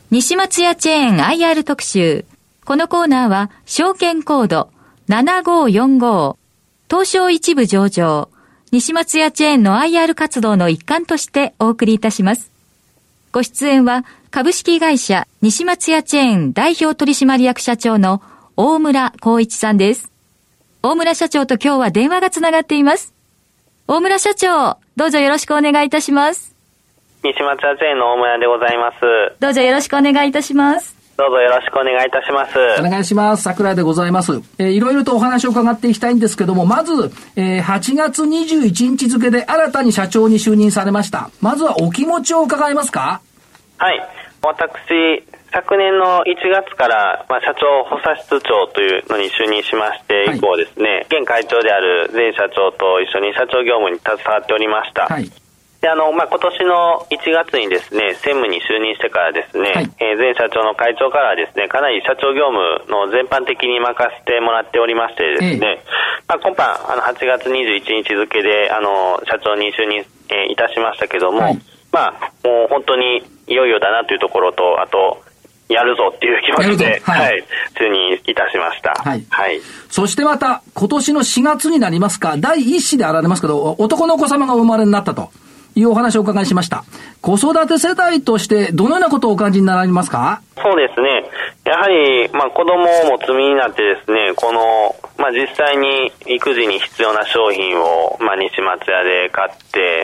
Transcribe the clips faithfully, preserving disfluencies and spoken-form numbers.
西松屋チェーン アイアール 特集。このコーナーは証券コードななごよんご、東証一部上場、西松屋チェーンの アイアール 活動の一環としてお送りいたします。ご出演は株式会社西松屋チェーン代表取締役社長の大村光一さんです。大村社長と今日は電話がつながっています。大村社長、どうぞよろしくお願いいたします。 西松屋チェーンの大村でございます。 どうぞよろしくお願いいたします。 どうぞよろしくお願いいたします。 お願いします。桜井でございます。えー、いろいろとお話を伺っていきたいんですけども、まず、えー、はちがつにじゅういちにち付で新たに社長に就任されました。まずはお気持ちを伺えますか？ はい。私、昨年のいちがつから、まあ、社長補佐室長というのに就任しまして以降ですね、はい、現会長である前社長と一緒に社長業務に携わっておりました。はい。であのまあ、今年のいちがつにですね専務に就任してからですね、はい、えー、前社長の会長からですねかなり社長業務の全般的に任せてもらっておりましてですね、えーまあ、今般あのはちがつにじゅういちにち付であの社長に就任、えー、いたしましたけども、はい、まあ、もう本当にいよいよだなというところと、あとやるぞっていう気持ちで、はいはい、就任いたしました。はい。はい。 そしてまた今年のしがつになりますか、第一子であられますけど、男のお子様がお生まれになったというお話をお伺いしました。子育て世代としてどのようなことをお感じになられますか？ そうですね。やはり、まあ、子供を持つ身になってですね、この、まあ、実際に育児に必要な商品を、まあ、西松屋で買って、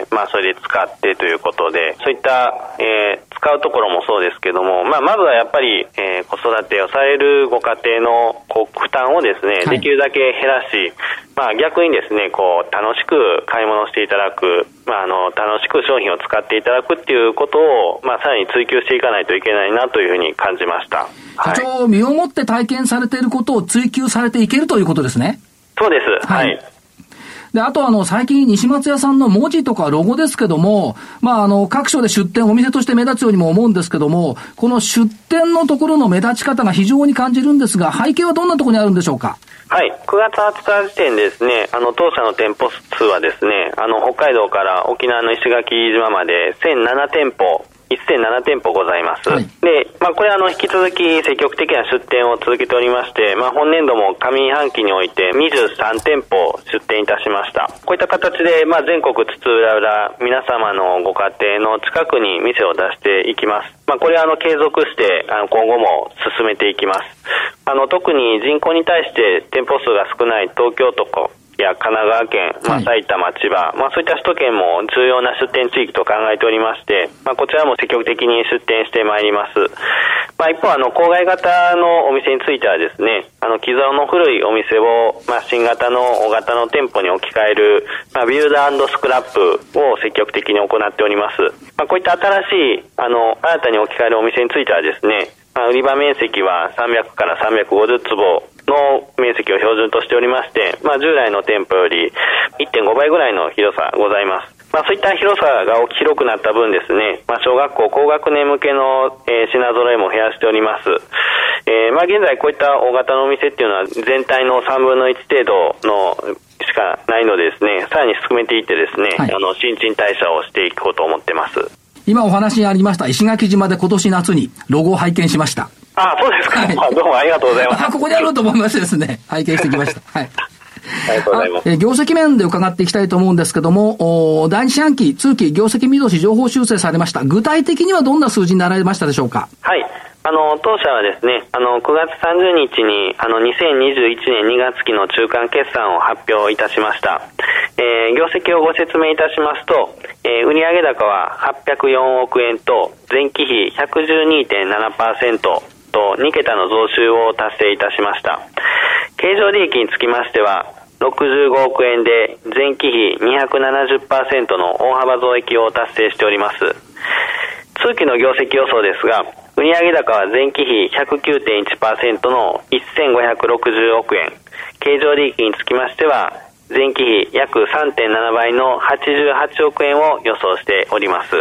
まあ、それで使ってということで、そういった、えー、使うところもそうですけども、まあ、まずはやっぱり、えー、子育てをされるご家庭のこう負担をですね、はい、できるだけ減らし、まあ、逆にですね、こう、楽しく買い物していただく、まあ、あの、楽しく商品を使っていただくっていうことを、まあ、さらに追求していかないといけないなというふうに感じました。 社長、はい、身をもって体験されていることを追求されていけるということですね。 そうです。はい。はい、 で、あとあの、最近西松屋さんの文字とかロゴですけども、まああの、各所で出店、お店として目立つようにも思うんですけども、この出店のところの目立ち方が非常に感じるんですが、背景はどんなところにあるんでしょうか？ はい。くがつはつか時点でですね、あの、当社の店舗数はですね、あの、北海道から沖縄の石垣島までせんななてんぽ、せんななてんぽございます。はい、で、まあ、これあの、引き続き積極的な出店を続けておりまして、まあ、本年度も上半期においてにじゅうさんてんぽ出店いたしました。こういった形で、まあ、全国津々浦々、皆様のご家庭の近くに店を出していきます。まあ、これはあの、継続して、あの、今後も進めていきます。あの、特に人口に対して店舗数が少ない東京都や神奈川県、まあ、埼玉、千葉、まあ、そういった首都圏も重要な出店地域と考えておりまして、まあ、こちらも積極的に出店してまいります。まあ、一方、あの、郊外型のお店についてはですね、あの、既存の古いお店を、まあ、新型の大型の店舗に置き換える、まあ、ビルド&スクラップを積極的に行っております。まあ、こういった新しい、あの、新たに置き換えるお店についてはですね、まあ、売り場面積はさんびゃくからさんびゃくごじゅうつぼの面積を標準としておりまして、まあ、従来の店舗より いってんごばいぐらいの広さございます。まあ、そういった広さが広くなった分ですね、まあ、小学校高学年向けの、えー、品揃えも増やしております。えー、まあ、現在こういった大型のお店っていうのは全体のさんぶんのいち程度のしかないのでですね、さらに進めていってですね、はい、あの、新陳代謝をしていこうと思ってます。 今お話にありました石垣島で今年夏にロゴを拝見しました。 ああ、そうですか。はい、どうもありがとうございます。 あ、ここにあると思いましてですね、拝見してきました。はい。 ありがとうございます。 え業績面で伺っていきたいと思うんですけども、お第二四半期、通期業績見通し情報修正されました。具体的にはどんな数字になられましたでしょうか？ はい。あの、当社はですね、あの、くがつさんじゅうにちに、あの、にせんにじゅういちねんにがつきの中間決算を発表いたしました。えー、業績をご説明いたしますと、えー、売上高ははっぴゃくよんおくえんと、前期比 ひゃくじゅうにてんななパーセント とにけたの増収を達成いたしました。経常利益につきましては、ろくじゅうごおくえんで前期比 にひゃくななじゅっパーセント の大幅増益を達成しております。通期の業績予想ですが、売上高は前期比 ひゃくきゅうてんいちパーセント のせんごひゃくろくじゅうおくえん、経常利益につきましては前期比約 さんてんななばいのはちじゅうはちおくえんを予想しております。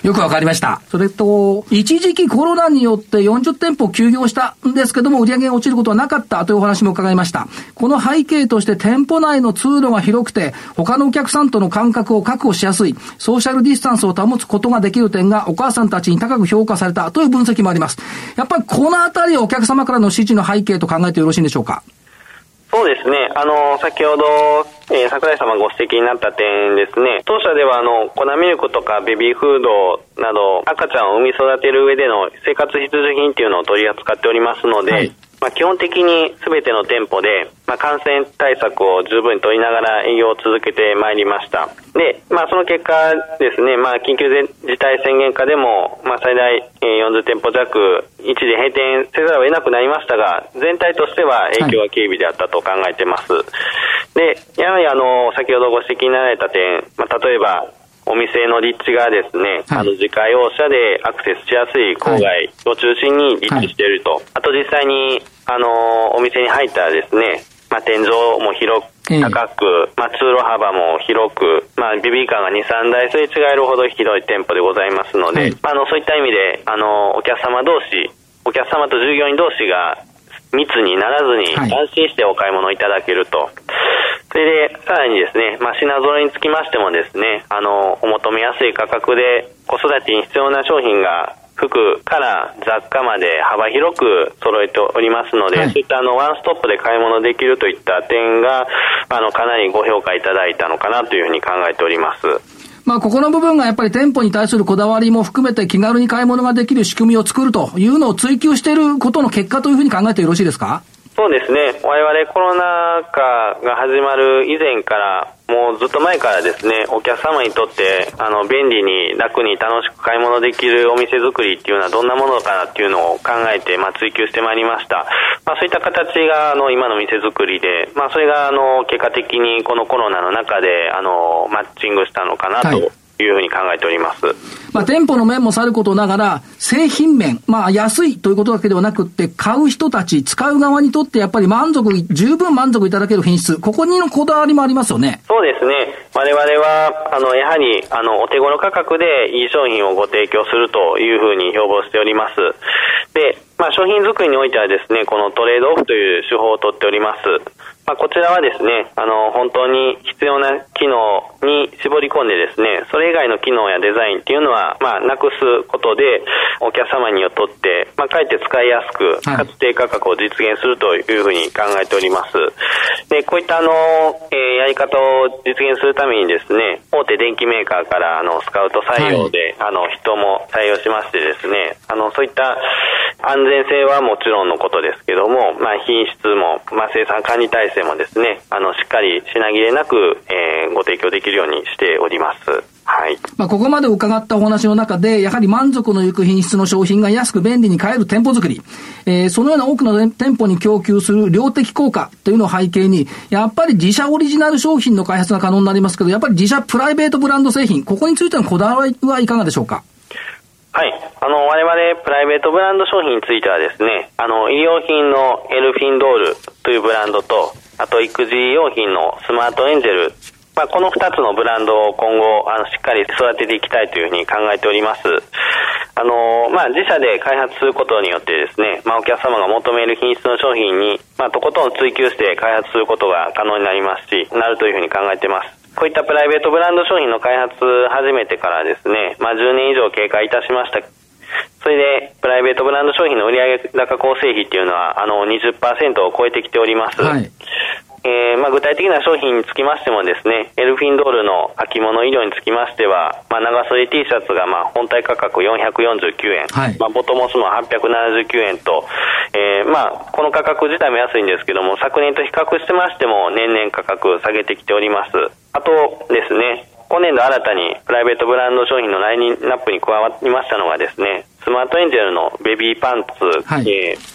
よくわかりました。それと、一時期コロナによってよんじゅってんぽ休業したんですけども、売り上げが落ちることはなかったというお話も伺いました。この背景として店舗内の通路が広くて、他のお客さんとの間隔を確保しやすい、ソーシャルディスタンスを保つことができる点がお母さんたちに高く評価されたという分析もあります。やっぱりこのあたりお客様からの支持の背景と考えてよろしいんでしょうか。 そうですね。あの、先ほど、えー、桜井様ご指摘になった点ですね。当社では、あの、粉ミルクとかベビーフードなど、赤ちゃんを産み育てる上での生活必需品っていうのを取り扱っておりますので、はい、まあ、基本的に全ての店舗で、まあ、感染対策を十分取りながら営業を続けてまいりました。で、まあ、その結果ですね、まあ、緊急事態宣言下でも、まあ、最大よんじゅう店舗弱、一時閉店せざるを得なくなりましたが、全体としては影響は軽微であったと考えています。はい、で、やはりあの、先ほどご指摘になられた点、まあ、例えば、お店の立地がですね、はい、あの自家用車でアクセスしやすい郊外を中心に立地していると。はい、あと実際に、あの、お店に入ったらですね、まあ、天井も広く、高く、まあ、通路幅も広く、まあ、ベビーカーがに、さんだいすれ違えるほど広い店舗でございますので、はい、あの、そういった意味で、あの、お客様同士、お客様と従業員同士が密にならずに安心してお買い物いただけると。はい、それで、さらにですね、まあ、品揃えにつきましてもですね、あの、お求めやすい価格で子育てに必要な商品が服から雑貨まで幅広く揃えておりますので、はい、そういったあのワンストップで買い物できるといった点があのかなりご評価いただいたのかなというふうに考えております。 まあ、ここの部分がやっぱり店舗に対するこだわりも含めて気軽に買い物ができる仕組みを作るというのを追求していることの結果というふうに考えてよろしいですか？ そうですね。我々コロナ禍が始まる以前から、もうずっと前からですね、お客様にとって、あの、便利に楽に楽しく買い物できるお店作りっていうのはどんなものかなっていうのを考えて、まあ、追求してまいりました。まあ、そういった形が、あの、今の店作りで、まあ、それが、あの、結果的にこのコロナの中で、あの、マッチングしたのかなと。はいいうふうに考えております。 まあ、店舗の面もさることながら、製品面、まあ、安いということだけではなくって、買う人たち、使う側にとってやっぱり満足、十分満足いただける品質、ここにのこだわりもありますよね。 そうですね。我々は、あの、やはり、あの、お手頃価格でいい商品をご提供するというふうに標榜しております。で、まあ、商品作りにおいてはですね、このトレードオフという手法をとっております。まあ、こちらはですね、あの、本当に必要な機能に絞り込んでですね、それ以外の機能やデザインっていうのは、まあ、なくすことで、お客様にとって、まあ、かえって使いやすく、かつ低価格を実現するというふうに考えております。で、こういったあの、えー、やり方を実現するためにですね、大手電機メーカーから、あの、スカウト採用で、はい、あの、人も採用しましてですね、あの、そういった安全性はもちろんのことですけども、まあ、品質も、まあ、生産管理体制もですね、あの、しっかり品切れなく、えー、ご提供できるようにしております。はい。 まあ、ここまで伺ったお話の中で、やはり満足のいく品質の商品が安く便利に買える店舗作り、えー、そのような多くの店舗に供給する量的効果というのを背景に、やっぱり自社オリジナル商品の開発が可能になりますけど、やっぱり自社プライベートブランド製品、ここについてのこだわりはいかがでしょうか？ はい。あの、我々、プライベートブランド商品についてはですね、あの、医療品のエルフィンドールというブランドと、あと、育児用品のスマートエンジェル、まあ、この二つのブランドを今後、あの、しっかり育てていきたいというふうに考えております。あの、まあ、自社で開発することによってですね、まあ、お客様が求める品質の商品に、まあ、とことん追求して開発することが可能になりますし、なるというふうに考えています。こういったプライベートブランド商品の開発始めてからですね、まあ、じゅうねん以上経過いたしました。それで、プライベートブランド商品の売上高構成比っていうのは、あの、にじゅっパーセントを超えてきております。はい。えー、まあ、具体的な商品につきましてもですね、エルフィンドールの秋物医療につきましては、まあ、長袖 T シャツがまあ本体価格よんひゃくよんじゅうきゅうえん、はい、まあ、ボトモスもはっぴゃくななじゅうきゅうえんと、えー、まあ、この価格自体も安いんですけども、昨年と比較してましても年々価格下げてきております。あとですね、今年度新たにプライベートブランド商品のラインナップに加わりましたのがですね、スマートエンジェルのベビーパンツ、はい、えー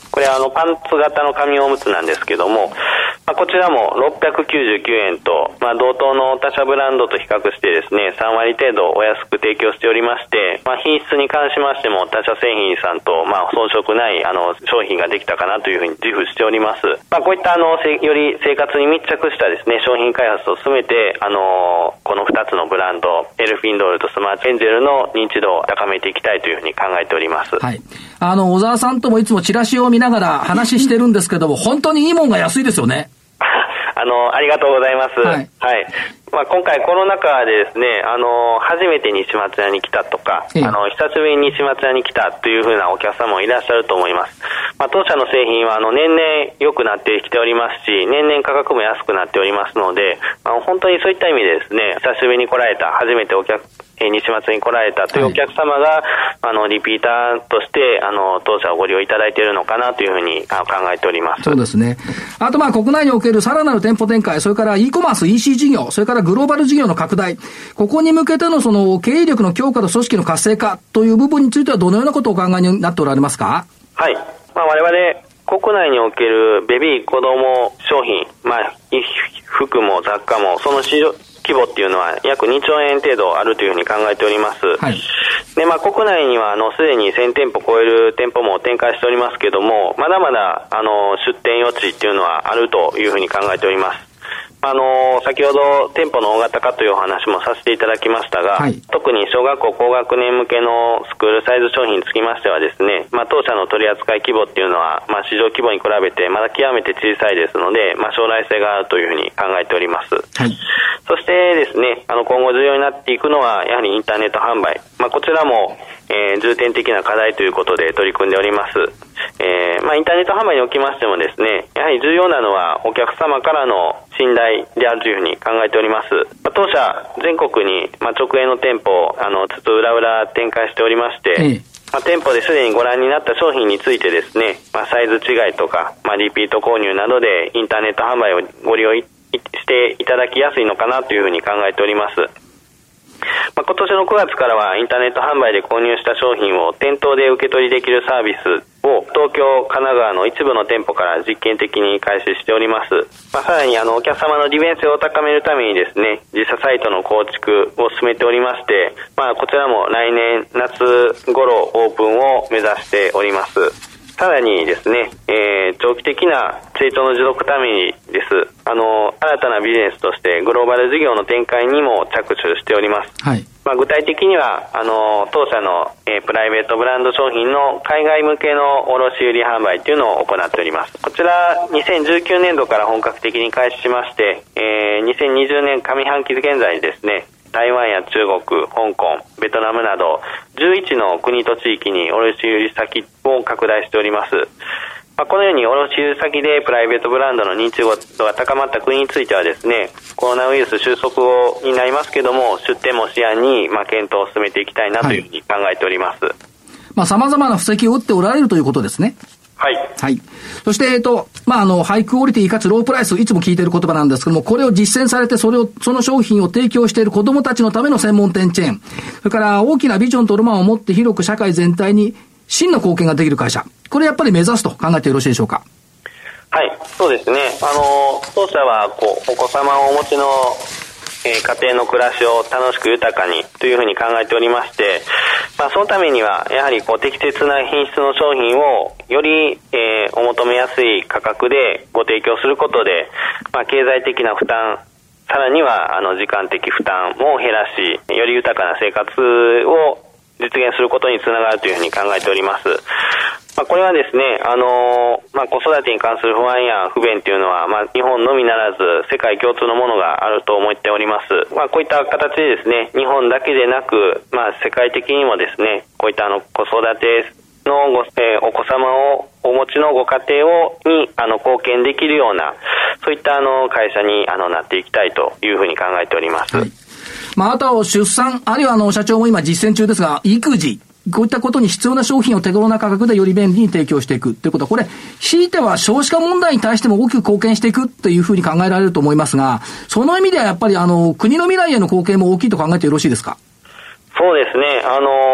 これはあのパンツ型の紙おむつなんですけども、まあ、こちらもろっぴゃくきゅうじゅうきゅうえんと、まあ、同等の他社ブランドと比較してですね、さんわり程度お安く提供しておりまして、まあ、品質に関しましても他社製品さんと、まあ、遜色ないあの商品ができたかなというふうに自負しております。まあ、こういったあのより生活に密着したですね、商品開発を進めて、あのこのふたつのブランド、エルフィンドールとスマートエンジェルの認知度を高めていきたいというふうに考えております。 はい。あの、小沢さんともいつもチラシを見ながら話してるんですけども、本当にいいもんが安いですよね。 あの、ありがとうございます。はい。はい。まあ、今回コロナ禍でですね、あの、初めて西松屋に来たとか、ええ、あの、久しぶりに西松屋に来たというふうなお客様もいらっしゃると思います。まあ、当社の製品は、あの、年々良くなってきておりますし、年々価格も安くなっておりますので、あの、本当にそういった意味でですね、久しぶりに来られた、初めてお客、西松に来られたというお客様が、はい、あのリピーターとしてあの当社をご利用いただいているのかなというふうに考えております。 そうですね。あとまあ国内におけるさらなる店舗展開、それから e コマース イーシー 事業、それからグローバル事業の拡大、ここに向けてのその経営力の強化と組織の活性化という部分についてはどのようなことをお考えになっておられますか？ はい。まあ、我々国内におけるベビー子供商品、まあ、服も雑貨もその市場規模っていうのは約にちょうえん程度あるというふうに考えております。はい。で、まあ、国内にはあのすでにせんてんぽ超える店舗も展開しておりますけども、まだまだあの出店余地っていうのはあるというふうに考えております。あの先ほど店舗の大型化というお話もさせていただきましたが、はい、特に小学校高学年向けのスクールサイズ商品につきましてはですね、まあ、当社の取り扱い規模っていうのは、まあ、市場規模に比べてまだ極めて小さいですので、まあ、将来性があるというふうに考えております。はい、そしてですね、あの今後重要になっていくのはやはりインターネット販売、まあ、こちらも、えー、重点的な課題ということで取り組んでおります。えーまあ、インターネット販売におきましてもですね、やはり重要なのはお客様からの信頼であるというふうに考えております。まあ、当社全国に、まあ、直営の店舗をあのつつ裏裏展開しておりまして、ええまあ、店舗ですでにご覧になった商品についてですね、まあ、サイズ違いとか、まあ、リピート購入などでインターネット販売をご利用していただきやすいのかなというふうに考えております。まあ、今年のくがつからはインターネット販売で購入した商品を店頭で受け取りできるサービスを東京、神奈川の一部の店舗から実験的に開始しております。まあ、さらにあのお客様の利便性を高めるためにですね、自社サイトの構築を進めておりまして、まあ、こちらも来年夏頃オープンを目指しております。さらにですね、えー、長期的な成長の持続ためにです。あの、新たなビジネスとしてグローバル事業の展開にも着手しております。はい。まあ、具体的には、あの、当社の、えー、プライベートブランド商品の海外向けの卸売販売というのを行っております。こちら、にせんじゅうきゅうねんどから本格的に開始しまして、えー、にせんにじゅうねん上半期現在ですね、台湾や中国、香港、ベトナムなどじゅういちの国と地域に卸売先を拡大しております。まあ、このように卸売先でプライベートブランドの認知度が高まった国についてはですね、コロナウイルス収束後になりますけども、出店も視野にまあ検討を進めていきたいなというふうに考えております。はい、 まあ、様々な布石を打っておられるということですね。 はい。 はい。そして、えっと、まあ、あの、ハイクオリティかつロープライス、いつも聞いている言葉なんですけども、これを実践されて、それを、その商品を提供している子供たちのための専門店チェーン。それから、大きなビジョンとロマンを持って広く社会全体に真の貢献ができる会社。これやっぱり目指すと考えてよろしいでしょうか。 はい。そうですね。あの、当社は、こう、お子様をお持ちの、えー、家庭の暮らしを楽しく豊かにというふうに考えておりまして、まあ、そのためにはやはりこう適切な品質の商品をより、えー、お求めやすい価格でご提供することで、まあ、経済的な負担、さらにはあの時間的負担も減らし、より豊かな生活を実現することにつながるというふうに考えております。まあ、これはですね、あのー、まあ、子育てに関する不安や不便というのは、まあ、日本のみならず世界共通のものがあると思っております。まあ、こういった形でですね、日本だけでなく、まあ、世界的にもですね、こういったあの子育てのご、えー、お子様をお持ちのご家庭をにあの貢献できるような、そういったあの会社にあのなっていきたいというふうに考えております。はい。 まあ、あとは出産、あるいはあの社長も今実践中ですが、育児、こういったことに必要な商品を手頃な価格でより便利に提供していくということは、これ、強いては少子化問題に対しても大きく貢献していくというふうに考えられると思いますが、その意味ではやっぱりあの国の未来への貢献も大きいと考えてよろしいですか？ そうですね。あのー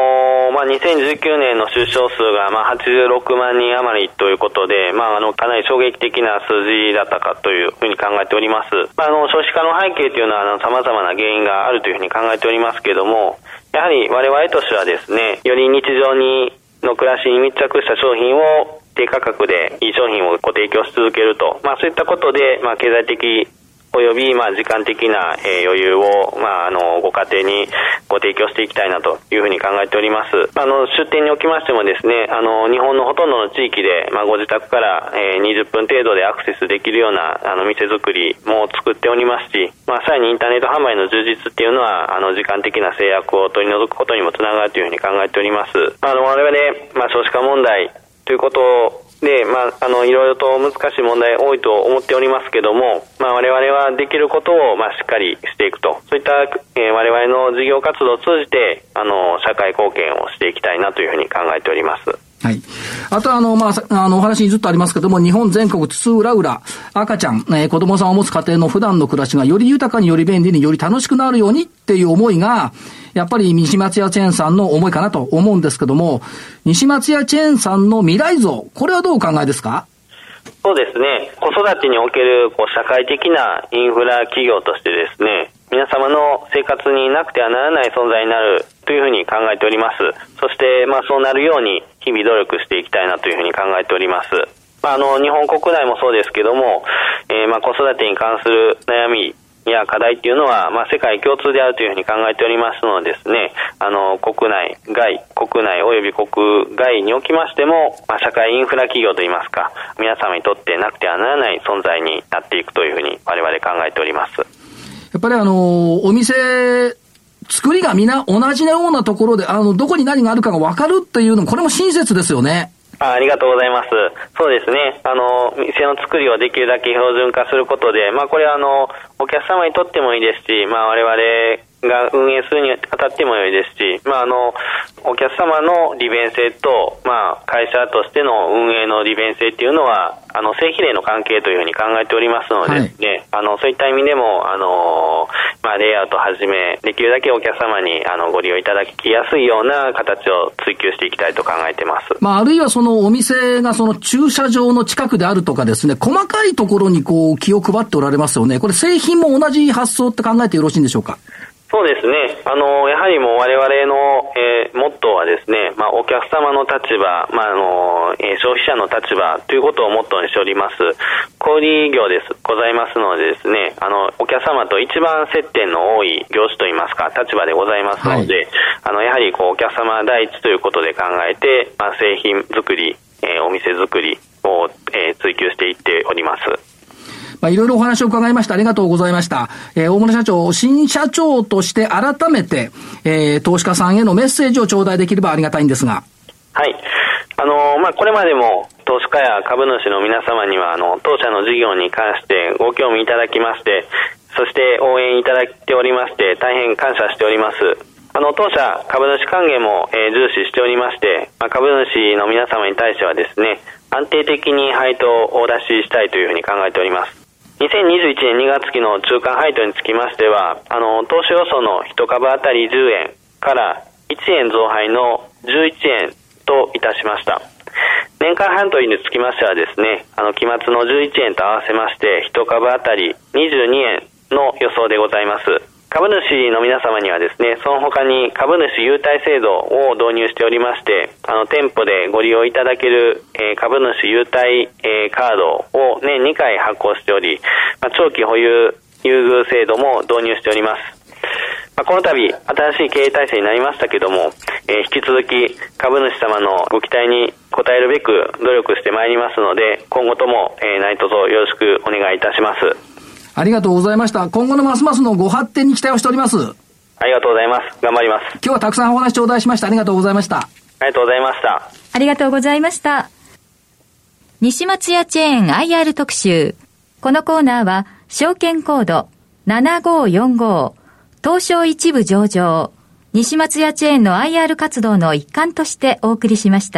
の、まあ、にせんじゅうきゅうねんの出生数が、まあ、はちじゅうろくまんにん余りということで、まあ、あの、かなり衝撃的な数字だったかというふうに考えております。まあ、あの、少子化の背景というのは、あの、様々な原因があるというふうに考えておりますけれども、やはり我々としてはですね、より日常に、の暮らしに密着した商品を低価格でいい商品をご提供し続けると、まあ、そういったことで、まあ、経済的および、まあ、時間的な、えー、余裕を、まあ、あの、ご家庭にご提供していきたいなというふうに考えております。あの、出店におきましてもですね、あの、日本のほとんどの地域で、まあ、ご自宅から、えー、にじゅっぷん程度でアクセスできるような、あの、店作りも作っておりますし、まあ、さらにインターネット販売の充実っていうのは、あの、時間的な制約を取り除くことにもつながるというふうに考えております。あの、我々、まあ、少子化問題ということをで、まあ、あの、いろいろと難しい問題多いと思っておりますけども、まあ、我々はできることを、まあ、しっかりしていくと。そういった、えー、我々の事業活動を通じて、あの、社会貢献をしていきたいなというふうに考えております。 はい。あとあの、まあ、あの、お話にずっとありますけども、日本全国津々浦々、赤ちゃん、えー、子供さんを持つ家庭の普段の暮らしがより豊かにより便利により楽しくなるようにっていう思いが、やっぱり西松屋チェーンさんの思いかなと思うんですけども、西松屋チェーンさんの未来像、これはどうお考えですか？ そうですね。子育てにおけるこう社会的なインフラ企業としてですね、皆様の生活になくてはならない存在になるというふうに考えております。そして、まあそうなるように日々努力していきたいなというふうに考えております。まああの、日本国内もそうですけども、えー、まあ子育てに関する悩み、いや課題っていうのは、まあ、世界共通であるというふうに考えておりますのでですね、あの、国内、外、国内及び国外におきましても、まあ、社会インフラ企業といいますか、皆様にとってなくてはならない存在になっていくというふうに我々考えております。やっぱりあの、お店、作りが皆同じようなところで、あの、どこに何があるかが分かるっていうのも、これも親切ですよね。 あ, ありがとうございます。そうですね。あの、店の作りをできるだけ標準化することで、まあこれはあの、お客様にとってもいいですし、まあ我々が運営するにあたっても良いですし、まああの、お客様の利便性と、まあ会社としての運営の利便性っていうのは、あの、正比例の関係というふうに考えておりますのでですね、はい、あの、そういった意味でも、あの、まあレイアウトをはじめ、できるだけお客様にあのご利用いただきやすいような形を追求していきたいと考えています。 まああるいはそのお店がその駐車場の近くであるとかですね、細かいところにこう気を配っておられますよね。これ製品も同じ発想って考えてよろしいんでしょうか？ そうですね。あの、やはりもう我々の、えー、モットーはですね、まあ、お客様の立場、まあ、あの、えー、消費者の立場ということをモットーにしております。小売業です、ございますのでですね、あの、お客様と一番接点の多い業種といいますか、立場でございますので、はい、あの、やはりこう、お客様第一ということで考えて、まあ、製品作り、えー、お店作りを、えー、追求していっております。 まあ、いろいろお話を伺いました。ありがとうございました。えー、大村社長、新社長として改めて、えー、投資家さんへのメッセージを頂戴できればありがたいんですが。 はい。あのー、まあ、これまでも投資家や株主の皆様には、あの、当社の事業に関してご興味いただきまして、そして応援いただいておりまして、大変感謝しております。あの、当社株主還元も、えー、重視しておりまして、まあ、株主の皆様に対してはですね、安定的に配当をお出ししたいというふうに考えております。にせんにじゅういちねんにがつ期の中間配当につきましては、あの、当初予想のいち株当たりじゅうえんからいちえん増配のじゅういちえんといたしました。年間配当につきましてはですね、あの、期末のじゅういちえんと合わせまして、いち株当たりにじゅうにえんの予想でございます。株主の皆様にはですね、その他に株主優待制度を導入しておりまして、あの、店舗でご利用いただける、えー、株主優待、えー、カードを年にかい発行しており、まあ、長期保有優遇制度も導入しております。まあ、この度、新しい経営体制になりましたけども、えー、引き続き株主様のご期待に応えるべく努力してまいりますので、今後とも、えー、何卒よろしくお願いいたします。 ありがとうございました。今後のますますのご発展に期待をしております。 ありがとうございます。頑張ります。 今日はたくさんお話頂戴しました。ありがとうございました。 ありがとうございました。 ありがとうございました。西松屋チェーン アイアール 特集。このコーナーは証券コードななごよんご、東証一部上場、西松屋チェーンの アイアール 活動の一環としてお送りしました。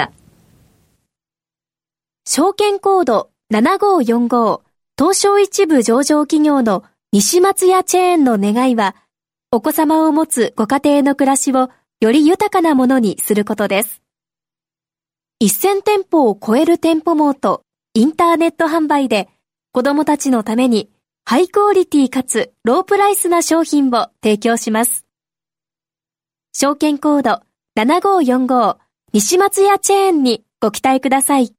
証券コードななごよんご、東証一部上場企業の西松屋チェーンの願いは、お子様を持つご家庭の暮らしをより豊かなものにすることです。せん店舗を超える店舗網とインターネット販売で子供たちのためにハイクオリティかつロープライスな商品を提供します。証券コードななごーよんご西松屋チェーンにご期待ください。